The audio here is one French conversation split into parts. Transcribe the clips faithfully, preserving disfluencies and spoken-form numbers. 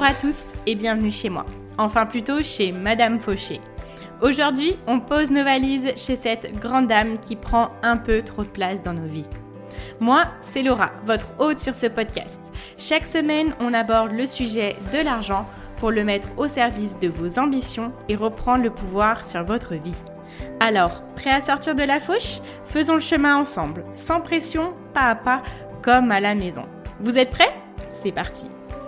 Bonjour à tous et bienvenue chez moi. Enfin plutôt chez Madame Fauché. Aujourd'hui, on pose nos valises chez cette grande dame qui prend un peu trop de place dans nos vies. Moi, c'est Laura, votre hôte sur ce podcast. Chaque semaine, on aborde le sujet de l'argent pour le mettre au service de vos ambitions et reprendre le pouvoir sur votre vie. Alors, prêt à sortir de la fauche ? Faisons le chemin ensemble, sans pression, pas à pas, comme à la maison. Vous êtes prêts ? C'est parti.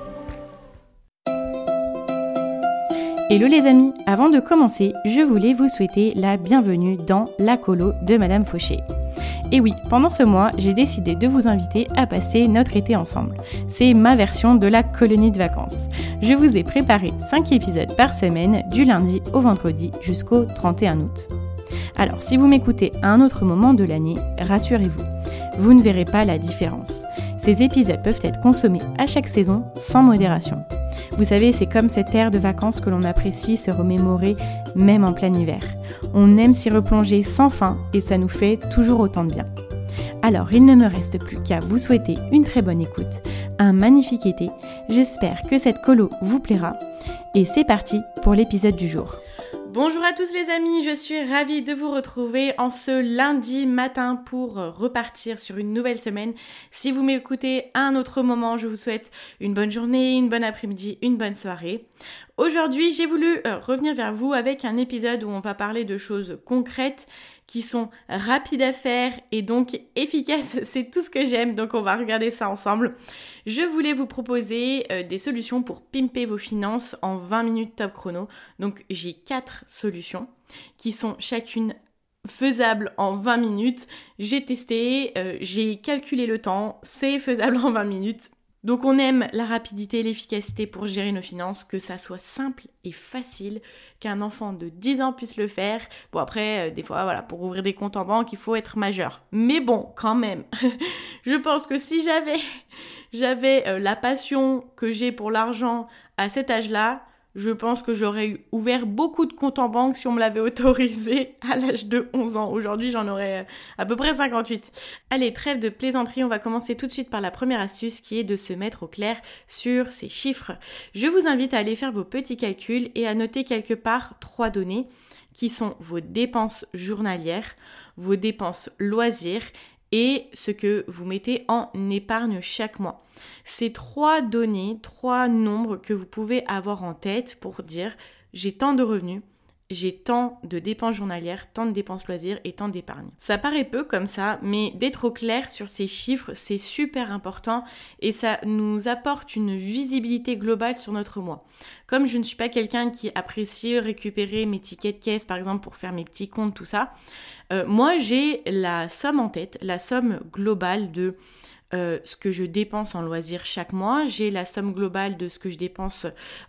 Hello les amis, avant de commencer, je voulais vous souhaiter la bienvenue dans la colo de Madame Fauché. Et oui, pendant ce mois, j'ai décidé de vous inviter à passer notre été ensemble. C'est ma version de la colonie de vacances. Je vous ai préparé cinq épisodes par semaine, du lundi au vendredi jusqu'au trente et un août. Alors, si vous m'écoutez à un autre moment de l'année, rassurez-vous, vous ne verrez pas la différence. Ces épisodes peuvent être consommés à chaque saison, sans modération. Vous savez, c'est comme cette ère de vacances que l'on apprécie se remémorer, même en plein hiver. On aime s'y replonger sans fin et ça nous fait toujours autant de bien. Alors, il ne me reste plus qu'à vous souhaiter une très bonne écoute, un magnifique été. J'espère que cette colo vous plaira. Et c'est parti pour l'épisode du jour. Bonjour à tous les amis, je suis ravie de vous retrouver en ce lundi matin pour repartir sur une nouvelle semaine. Si vous m'écoutez à un autre moment, je vous souhaite une bonne journée, une bonne après-midi, une bonne soirée. Aujourd'hui, j'ai voulu euh, revenir vers vous avec un épisode où on va parler de choses concrètes qui sont rapides à faire et donc efficaces. C'est tout ce que j'aime, donc on va regarder ça ensemble. Je voulais vous proposer euh, des solutions pour pimper vos finances en vingt minutes top chrono. Donc j'ai quatre solutions qui sont chacune faisable en vingt minutes. J'ai testé, euh, j'ai calculé le temps, c'est faisable en vingt minutes. Donc on aime la rapidité et l'efficacité pour gérer nos finances, que ça soit simple et facile, qu'un enfant de dix ans puisse le faire. Bon après, euh, des fois, voilà, pour ouvrir des comptes en banque, il faut être majeur. Mais bon, quand même, je pense que si j'avais, j'avais euh, la passion que j'ai pour l'argent à cet âge-là, je pense que j'aurais ouvert beaucoup de comptes en banque si on me l'avait autorisé à l'âge de onze ans. Aujourd'hui, j'en aurais à peu près cinquante-huit. Allez, trêve de plaisanterie, on va commencer tout de suite par la première astuce qui est de se mettre au clair sur ces chiffres. Je vous invite à aller faire vos petits calculs et à noter quelque part trois données qui sont vos dépenses journalières, vos dépenses loisirs et ce que vous mettez en épargne chaque mois. Ces trois données, trois nombres que vous pouvez avoir en tête pour dire j'ai tant de revenus, j'ai tant de dépenses journalières, tant de dépenses loisirs et tant d'épargne. Ça paraît peu comme ça, mais d'être au clair sur ces chiffres, c'est super important et ça nous apporte une visibilité globale sur notre mois. Comme je ne suis pas quelqu'un qui apprécie récupérer mes tickets de caisse, par exemple, pour faire mes petits comptes, tout ça, euh, moi j'ai la somme en tête, la somme globale de Euh, ce que je dépense en loisirs chaque mois, j'ai la somme globale de ce que je dépense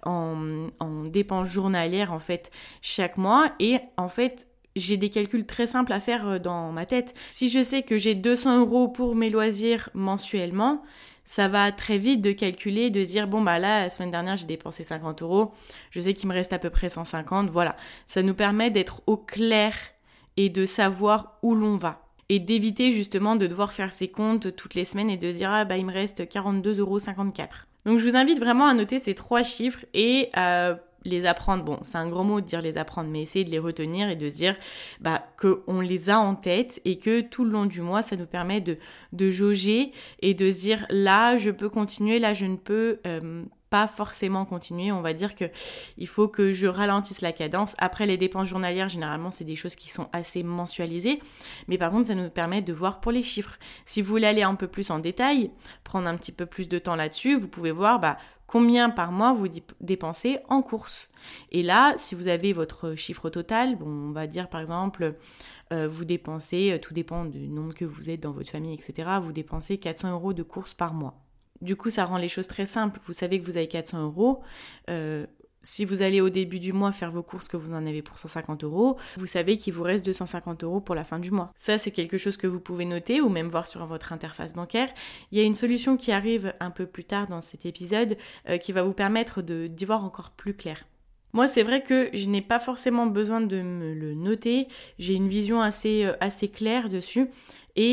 en, en dépenses journalières en fait chaque mois et en fait j'ai des calculs très simples à faire dans ma tête. Si je sais que j'ai deux cents euros pour mes loisirs mensuellement, ça va très vite de calculer, de dire bon bah là la semaine dernière j'ai dépensé cinquante euros, je sais qu'il me reste à peu près cent cinquante, voilà. Ça nous permet d'être au clair et de savoir où l'on va. Et d'éviter justement de devoir faire ses comptes toutes les semaines et de dire « Ah bah il me reste quarante-deux euros cinquante-quatre ». Donc je vous invite vraiment à noter ces trois chiffres et à les apprendre. Bon, c'est un gros mot de dire les apprendre, mais essayer de les retenir et de se dire bah, qu'on les a en tête et que tout le long du mois, ça nous permet de, de jauger et de se dire là, je peux continuer, là, je ne peux euh, pas forcément continuer. On va dire que il faut que je ralentisse la cadence. Après, les dépenses journalières, généralement, c'est des choses qui sont assez mensualisées. Mais par contre, ça nous permet de voir pour les chiffres. Si vous voulez aller un peu plus en détail, prendre un petit peu plus de temps là-dessus, vous pouvez voir bah, combien par mois vous dépensez en courses. Et là, si vous avez votre chiffre total, bon, on va dire par exemple, euh, vous dépensez, tout dépend du nombre que vous êtes dans votre famille, et cetera, vous dépensez quatre cents euros de courses par mois. Du coup, ça rend les choses très simples. Vous savez que vous avez quatre cents euros. Euh, si vous allez au début du mois faire vos courses, que vous en avez pour cent cinquante euros, vous savez qu'il vous reste deux cent cinquante euros pour la fin du mois. Ça, c'est quelque chose que vous pouvez noter ou même voir sur votre interface bancaire. Il y a une solution qui arrive un peu plus tard dans cet épisode euh, qui va vous permettre de, d'y voir encore plus clair. Moi, c'est vrai que je n'ai pas forcément besoin de me le noter. J'ai une vision assez, euh, assez claire dessus. Et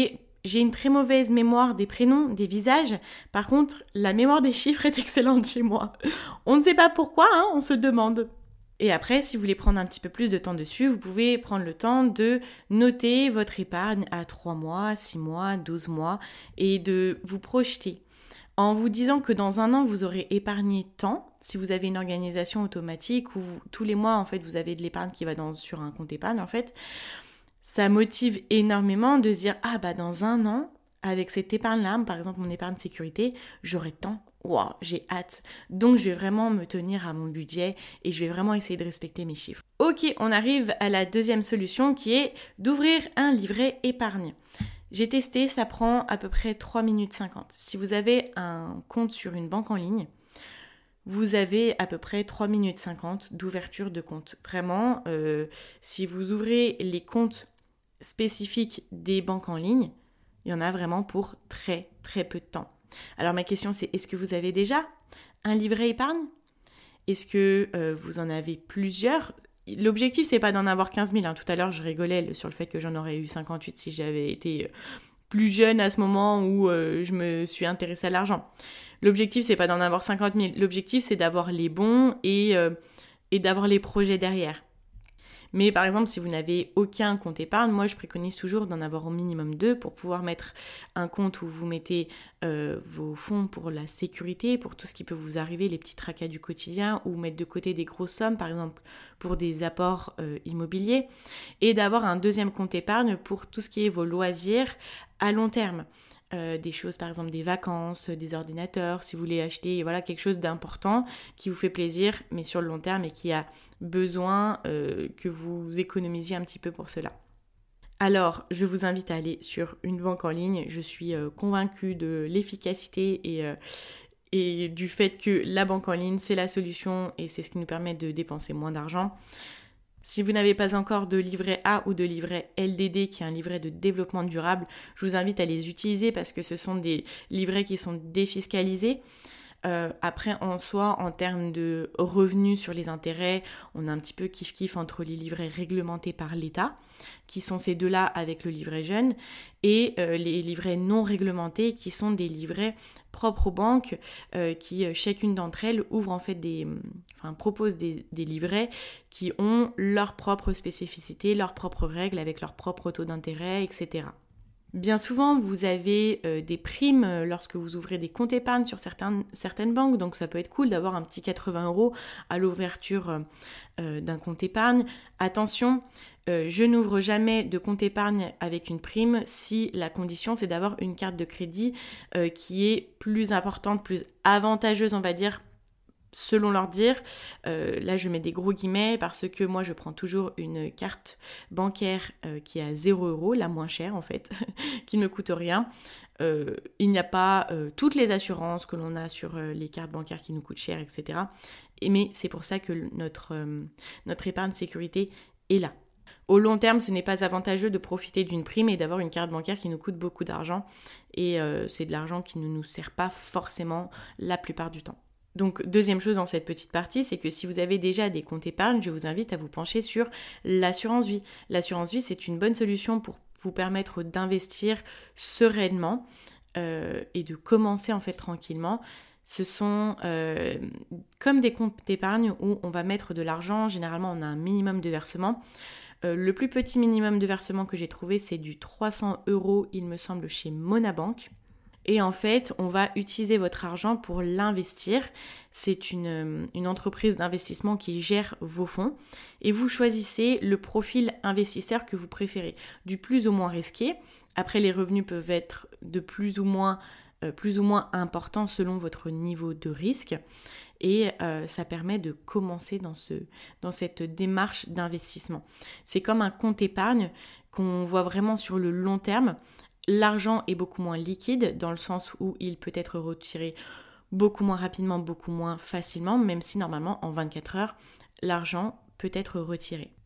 j'ai une très mauvaise mémoire des prénoms, des visages. Par contre, la mémoire des chiffres est excellente chez moi. On ne sait pas pourquoi, hein, on se demande. Et après, si vous voulez prendre un petit peu plus de temps dessus, vous pouvez prendre le temps de noter votre épargne à trois mois, six mois, douze mois et de vous projeter. En vous disant que dans un an, vous aurez épargné tant, si vous avez une organisation automatique où vous, tous les mois, en fait, vous avez de l'épargne qui va dans, sur un compte épargne, en fait, ça motive énormément de se dire « Ah, bah dans un an, avec cette épargne-là, par exemple mon épargne sécurité, j'aurai tant. Wow, j'ai hâte. Donc je vais vraiment me tenir à mon budget et je vais vraiment essayer de respecter mes chiffres. » Ok, on arrive à la deuxième solution qui est d'ouvrir un livret épargne. J'ai testé, ça prend à peu près trois minutes cinquante. Si vous avez un compte sur une banque en ligne, vous avez à peu près trois minutes cinquante d'ouverture de compte. Vraiment, euh, si vous ouvrez les comptes spécifiques des banques en ligne, il y en a vraiment pour très très peu de temps. Alors ma question c'est, est-ce que vous avez déjà un livret épargne ? Est-ce que euh, vous en avez plusieurs ? L'objectif c'est pas d'en avoir quinze mille, hein. Tout à l'heure je rigolais sur le fait que j'en aurais eu cinquante-huit si j'avais été plus jeune à ce moment où euh, je me suis intéressée à l'argent. L'objectif c'est pas d'en avoir cinquante mille, l'objectif c'est d'avoir les bons et, euh, et d'avoir les projets derrière. Mais par exemple, si vous n'avez aucun compte épargne, moi je préconise toujours d'en avoir au minimum deux pour pouvoir mettre un compte où vous mettez euh, vos fonds pour la sécurité, pour tout ce qui peut vous arriver, les petits tracas du quotidien, ou mettre de côté des grosses sommes, par exemple pour des apports euh, immobiliers, et d'avoir un deuxième compte épargne pour tout ce qui est vos loisirs à long terme. Euh, des choses, par exemple des vacances, des ordinateurs, si vous voulez acheter voilà, quelque chose d'important qui vous fait plaisir, mais sur le long terme et qui a besoin euh, que vous économisiez un petit peu pour cela. Alors, je vous invite à aller sur une banque en ligne. Je suis euh, convaincue de l'efficacité et, euh, et du fait que la banque en ligne, c'est la solution et c'est ce qui nous permet de dépenser moins d'argent. Si vous n'avez pas encore de livret A ou de livret L D D, qui est un livret de développement durable, je vous invite à les utiliser parce que ce sont des livrets qui sont défiscalisés. Euh, après, en soi, en termes de revenus sur les intérêts, on a un petit peu kiff-kiff entre les livrets réglementés par l'État, qui sont ces deux-là avec le livret jeune, et euh, les livrets non réglementés, qui sont des livrets propres aux banques, euh, qui, euh, chacune d'entre elles, ouvre en fait des... Enfin, propose des, des livrets qui ont leurs propres spécificités, leurs propres règles, avec leurs propres taux d'intérêt, et cetera. Bien souvent, vous avez euh, des primes lorsque vous ouvrez des comptes épargne sur certaines, certaines banques, donc ça peut être cool d'avoir un petit quatre-vingts euros à l'ouverture euh, d'un compte épargne. Attention, euh, je n'ouvre jamais de compte épargne avec une prime si la condition c'est d'avoir une carte de crédit euh, qui est plus importante, plus avantageuse, on va dire, selon leur dire. Euh, là je mets des gros guillemets parce que moi je prends toujours une carte bancaire euh, qui est à zéro euros, la moins chère en fait, qui ne me coûte rien. Euh, il n'y a pas euh, toutes les assurances que l'on a sur euh, les cartes bancaires qui nous coûtent cher, et cetera. Et, mais c'est pour ça que notre, euh, notre épargne sécurité est là. Au long terme, ce n'est pas avantageux de profiter d'une prime et d'avoir une carte bancaire qui nous coûte beaucoup d'argent. Et euh, c'est de l'argent qui ne nous sert pas forcément la plupart du temps. Donc, deuxième chose dans cette petite partie, c'est que si vous avez déjà des comptes épargne, je vous invite à vous pencher sur l'assurance vie. L'assurance vie, c'est une bonne solution pour vous permettre d'investir sereinement euh, et de commencer en fait tranquillement. Ce sont euh, comme des comptes d'épargne où on va mettre de l'argent. Généralement, on a un minimum de versement. Euh, le plus petit minimum de versement que j'ai trouvé, c'est du trois cents euros, il me semble, chez Monabank. Et en fait, on va utiliser votre argent pour l'investir. C'est une, une entreprise d'investissement qui gère vos fonds. Et vous choisissez le profil investisseur que vous préférez, du plus ou moins risqué. Après, les revenus peuvent être de plus ou moins, euh, plus ou moins importants selon votre niveau de risque. Et euh, ça permet de commencer dans, ce, dans cette démarche d'investissement. C'est comme un compte épargne qu'on voit vraiment sur le long terme. L'argent est beaucoup moins liquide dans le sens où il peut être retiré beaucoup moins rapidement, beaucoup moins facilement, même si normalement en vingt-quatre heures, l'argent peut être retiré.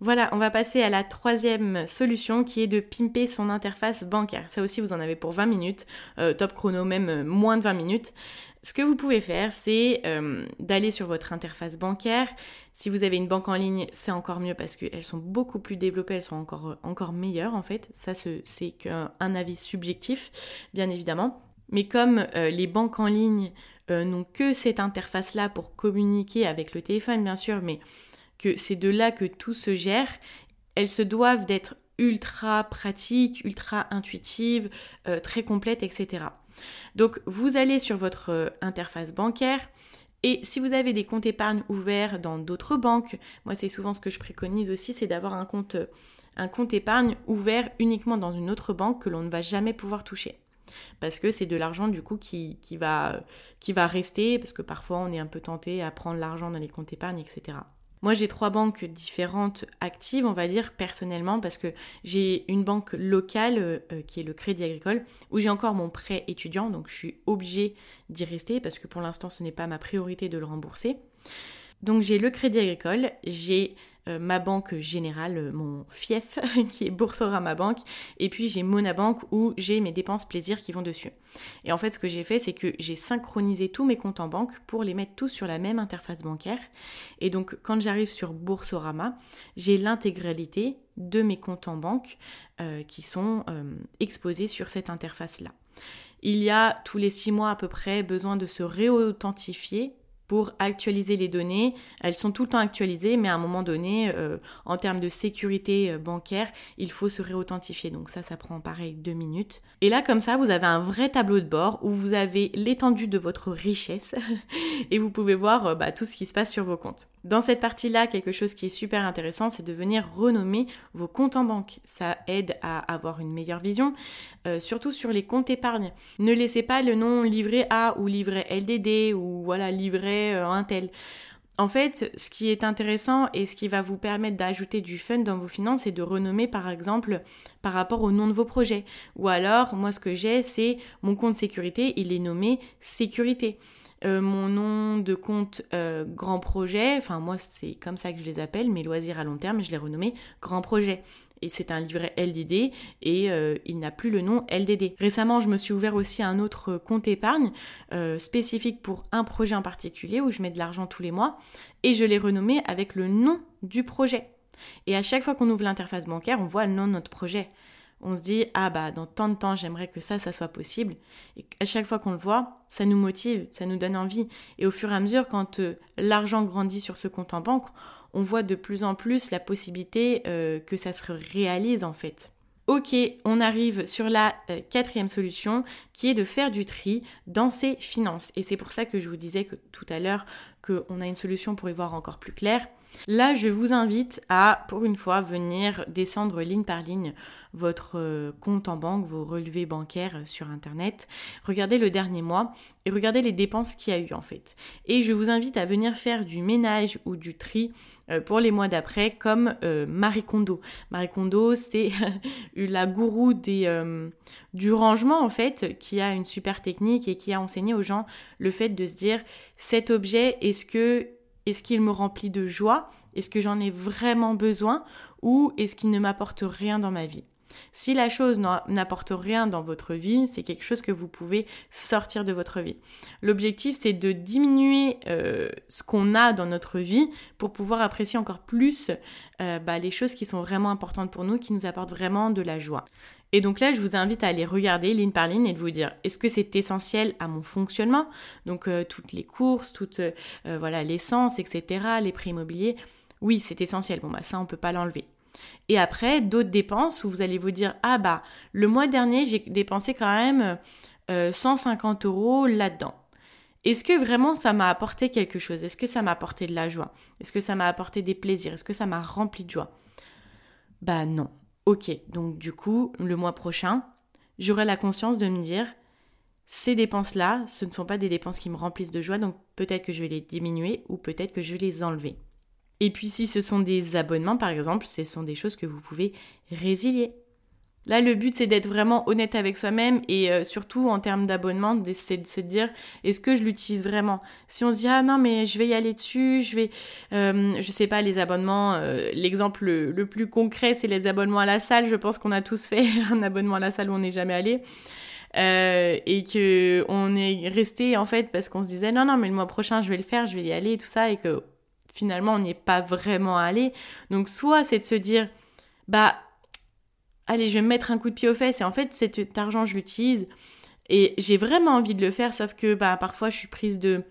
Voilà, on va passer à la troisième solution qui est de pimper son interface bancaire. Ça aussi, vous en avez pour vingt minutes, euh, top chrono même euh, moins de vingt minutes. Ce que vous pouvez faire, c'est euh, d'aller sur votre interface bancaire. Si vous avez une banque en ligne, c'est encore mieux parce qu'elles sont beaucoup plus développées, elles sont encore, encore meilleures en fait. Ça, c'est qu'un avis subjectif, bien évidemment. Mais comme euh, les banques en ligne euh, n'ont que cette interface-là pour communiquer avec le téléphone, bien sûr, mais que c'est de là que tout se gère, elles se doivent d'être ultra pratiques, ultra intuitives, euh, très complètes, et cetera. Donc, vous allez sur votre euh, interface bancaire et si vous avez des comptes épargne ouverts dans d'autres banques, moi c'est souvent ce que je préconise aussi, c'est d'avoir un compte, un compte épargne ouvert uniquement dans une autre banque que l'on ne va jamais pouvoir toucher. Parce que c'est de l'argent du coup qui, qui, va, qui va rester, parce que parfois on est un peu tenté à prendre l'argent dans les comptes épargne, et cetera. Moi, j'ai trois banques différentes actives, on va dire, personnellement, parce que j'ai une banque locale, euh, qui est le Crédit Agricole, où j'ai encore mon prêt étudiant, donc je suis obligée d'y rester, parce que pour l'instant, ce n'est pas ma priorité de le rembourser. Donc j'ai le Crédit Agricole, j'ai euh, ma banque générale, euh, mon fief, qui est Boursorama Banque, et puis j'ai Monabank où j'ai mes dépenses plaisir qui vont dessus. Et en fait, ce que j'ai fait, c'est que j'ai synchronisé tous mes comptes en banque pour les mettre tous sur la même interface bancaire. Et donc, quand j'arrive sur Boursorama, j'ai l'intégralité de mes comptes en banque euh, qui sont euh, exposés sur cette interface-là. Il y a tous les six mois à peu près besoin de se réauthentifier pour actualiser les données. Elles sont tout le temps actualisées, mais à un moment donné, euh, en termes de sécurité bancaire, il faut se réauthentifier. Donc ça, ça prend pareil deux minutes. Et là, comme ça, vous avez un vrai tableau de bord où vous avez l'étendue de votre richesse et vous pouvez voir euh, bah, tout ce qui se passe sur vos comptes. Dans cette partie-là, quelque chose qui est super intéressant, c'est de venir renommer vos comptes en banque. Ça aide à avoir une meilleure vision, euh, surtout sur les comptes épargne. Ne laissez pas le nom livret A ou livret L D D ou voilà livret euh, un tel. En fait, ce qui est intéressant et ce qui va vous permettre d'ajouter du fun dans vos finances, c'est de renommer par exemple par rapport au nom de vos projets. Ou alors, moi ce que j'ai, c'est mon compte sécurité, il est nommé sécurité. Euh, mon nom de compte euh, grand projet, enfin moi c'est comme ça que je les appelle, mes loisirs à long terme, je les renommé grand projet. Et c'est un livret L D D et euh, il n'a plus le nom L D D. Récemment, je me suis ouvert aussi un autre compte épargne euh, spécifique pour un projet en particulier où je mets de l'argent tous les mois et je l'ai renommé avec le nom du projet. Et à chaque fois qu'on ouvre l'interface bancaire, on voit le nom de notre projet. On se dit, ah bah dans tant de temps, j'aimerais que ça, ça soit possible. Et à chaque fois qu'on le voit, ça nous motive, ça nous donne envie. Et au fur et à mesure, quand euh, l'argent grandit sur ce compte en banque, on voit de plus en plus la possibilité euh, que ça se réalise en fait. Ok, on arrive sur la euh, quatrième solution qui est de faire du tri dans ses finances. Et c'est pour ça que je vous disais que tout à l'heure qu'on a une solution pour y voir encore plus clair. Là, je vous invite à, pour une fois, venir descendre ligne par ligne votre euh, compte en banque, vos relevés bancaires sur Internet. Regardez le dernier mois et regardez les dépenses qu'il y a eu en fait. Et je vous invite à venir faire du ménage ou du tri euh, pour les mois d'après comme euh, Marie Kondo. Marie Kondo, c'est la gourou des, euh, du rangement en fait, qui a une super technique et qui a enseigné aux gens le fait de se dire cet objet, est-ce que Est-ce qu'il me remplit de joie? Est-ce que j'en ai vraiment besoin? Ou est-ce qu'il ne m'apporte rien dans ma vie? Si la chose n'apporte rien dans votre vie, c'est quelque chose que vous pouvez sortir de votre vie. L'objectif, c'est de diminuer euh, ce qu'on a dans notre vie pour pouvoir apprécier encore plus euh, bah, les choses qui sont vraiment importantes pour nous, qui nous apportent vraiment de la joie. Et donc là, je vous invite à aller regarder ligne par ligne et de vous dire, est-ce que c'est essentiel à mon fonctionnement? Donc euh, toutes les courses, toutes euh, voilà, l'essence, et cetera, les prix immobiliers. Oui, c'est essentiel. Bon, bah ça, on ne peut pas l'enlever. Et après, d'autres dépenses où vous allez vous dire, ah bah, le mois dernier, j'ai dépensé quand même euh, cent cinquante euros là-dedans. Est-ce que vraiment ça m'a apporté quelque chose? Est-ce que ça m'a apporté de la joie? Est-ce que ça m'a apporté des plaisirs? Est-ce que ça m'a rempli de joie? Bah non. Ok, donc du coup, le mois prochain, j'aurai la conscience de me dire, ces dépenses-là, ce ne sont pas des dépenses qui me remplissent de joie, donc peut-être que je vais les diminuer ou peut-être que je vais les enlever. Et puis si ce sont des abonnements, par exemple, ce sont des choses que vous pouvez résilier. Là, le but, c'est d'être vraiment honnête avec soi-même et euh, surtout en termes d'abonnement, c'est de se dire, est-ce que je l'utilise vraiment ? Si on se dit, ah non, mais je vais y aller dessus, je vais, euh, je sais pas, les abonnements, euh, l'exemple le, le plus concret, c'est les abonnements à la salle. Je pense qu'on a tous fait un abonnement à la salle où on n'est jamais allé. Euh, et que on est resté en fait parce qu'on se disait, non, non, mais le mois prochain, je vais le faire, je vais y aller et tout ça, et que finalement, on n'y est pas vraiment allé. Donc, soit c'est de se dire, bah, allez, je vais me mettre un coup de pied aux fesses et en fait, cet argent, je l'utilise et j'ai vraiment envie de le faire, sauf que bah, parfois, je suis prise de,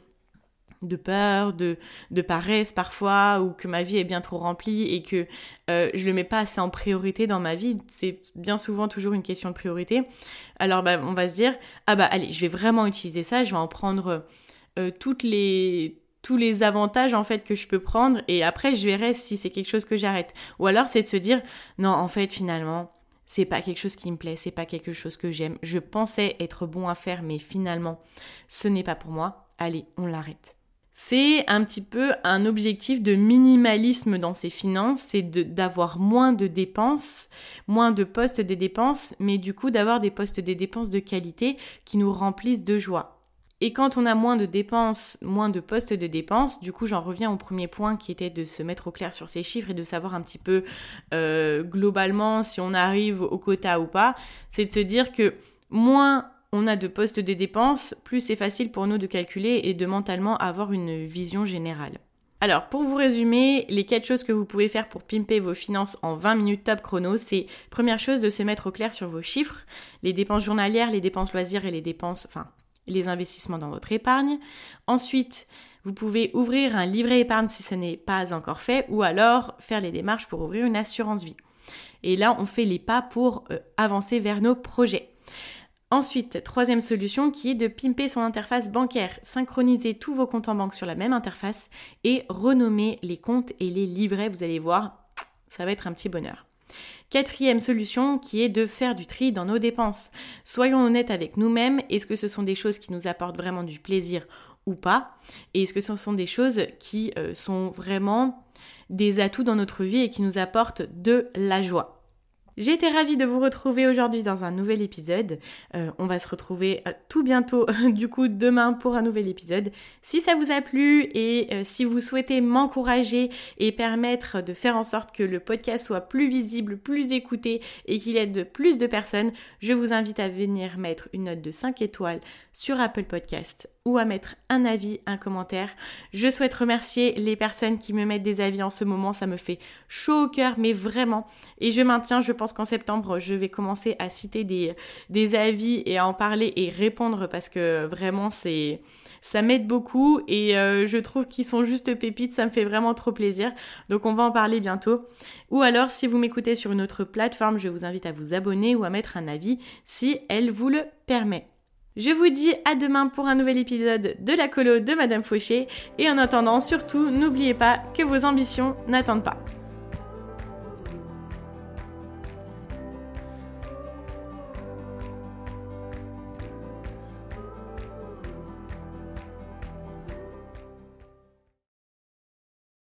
de peur, de, de paresse parfois, ou que ma vie est bien trop remplie et que euh, je le mets pas assez en priorité dans ma vie. C'est bien souvent toujours une question de priorité. Alors, bah, on va se dire, ah bah, allez, je vais vraiment utiliser ça, je vais en prendre euh, toutes les... tous les avantages en fait que je peux prendre et après je verrai si c'est quelque chose que j'arrête. Ou alors c'est de se dire non, en fait finalement c'est pas quelque chose qui me plaît, c'est pas quelque chose que j'aime. Je pensais être bon à faire mais finalement ce n'est pas pour moi. Allez, on l'arrête. C'est un petit peu un objectif de minimalisme dans ses finances, c'est de, d'avoir moins de dépenses, moins de postes de dépenses, mais du coup d'avoir des postes de dépenses de qualité qui nous remplissent de joie. Et quand on a moins de dépenses, moins de postes de dépenses, du coup j'en reviens au premier point qui était de se mettre au clair sur ces chiffres et de savoir un petit peu euh, globalement si on arrive au quota ou pas, c'est de se dire que moins on a de postes de dépenses, plus c'est facile pour nous de calculer et de mentalement avoir une vision générale. Alors, pour vous résumer, les quatre choses que vous pouvez faire pour pimper vos finances en vingt minutes top chrono, c'est première chose de se mettre au clair sur vos chiffres, les dépenses journalières, les dépenses loisirs et les dépenses, enfin, les investissements dans votre épargne. Ensuite, vous pouvez ouvrir un livret épargne si ce n'est pas encore fait ou alors faire les démarches pour ouvrir une assurance vie. Et là, on fait les pas pour euh, avancer vers nos projets. Ensuite, troisième solution qui est de pimper son interface bancaire, synchroniser tous vos comptes en banque sur la même interface et renommer les comptes et les livrets. Vous allez voir, ça va être un petit bonheur. Quatrième solution qui est de faire du tri dans nos dépenses. Soyons honnêtes avec nous-mêmes, est-ce que ce sont des choses qui nous apportent vraiment du plaisir ou pas ? Et est-ce que ce sont des choses qui euh, sont vraiment des atouts dans notre vie et qui nous apportent de la joie ? J'ai été ravie de vous retrouver aujourd'hui dans un nouvel épisode. Euh, on va se retrouver euh, tout bientôt, du coup demain pour un nouvel épisode. Si ça vous a plu et euh, si vous souhaitez m'encourager et permettre de faire en sorte que le podcast soit plus visible, plus écouté et qu'il aide plus de personnes, je vous invite à venir mettre une note de cinq étoiles sur Apple Podcast ou à mettre un avis, un commentaire. Je souhaite remercier les personnes qui me mettent des avis en ce moment, ça me fait chaud au cœur, mais vraiment. Et je maintiens, je pense qu'en septembre, je vais commencer à citer des, des avis et à en parler et répondre parce que vraiment, c'est, ça m'aide beaucoup et euh, je trouve qu'ils sont juste pépites, ça me fait vraiment trop plaisir. Donc on va en parler bientôt. Ou alors, si vous m'écoutez sur une autre plateforme, je vous invite à vous abonner ou à mettre un avis si elle vous le permet. Je vous dis à demain pour un nouvel épisode de la colo de Madame Fauché et en attendant, surtout, n'oubliez pas que vos ambitions n'attendent pas.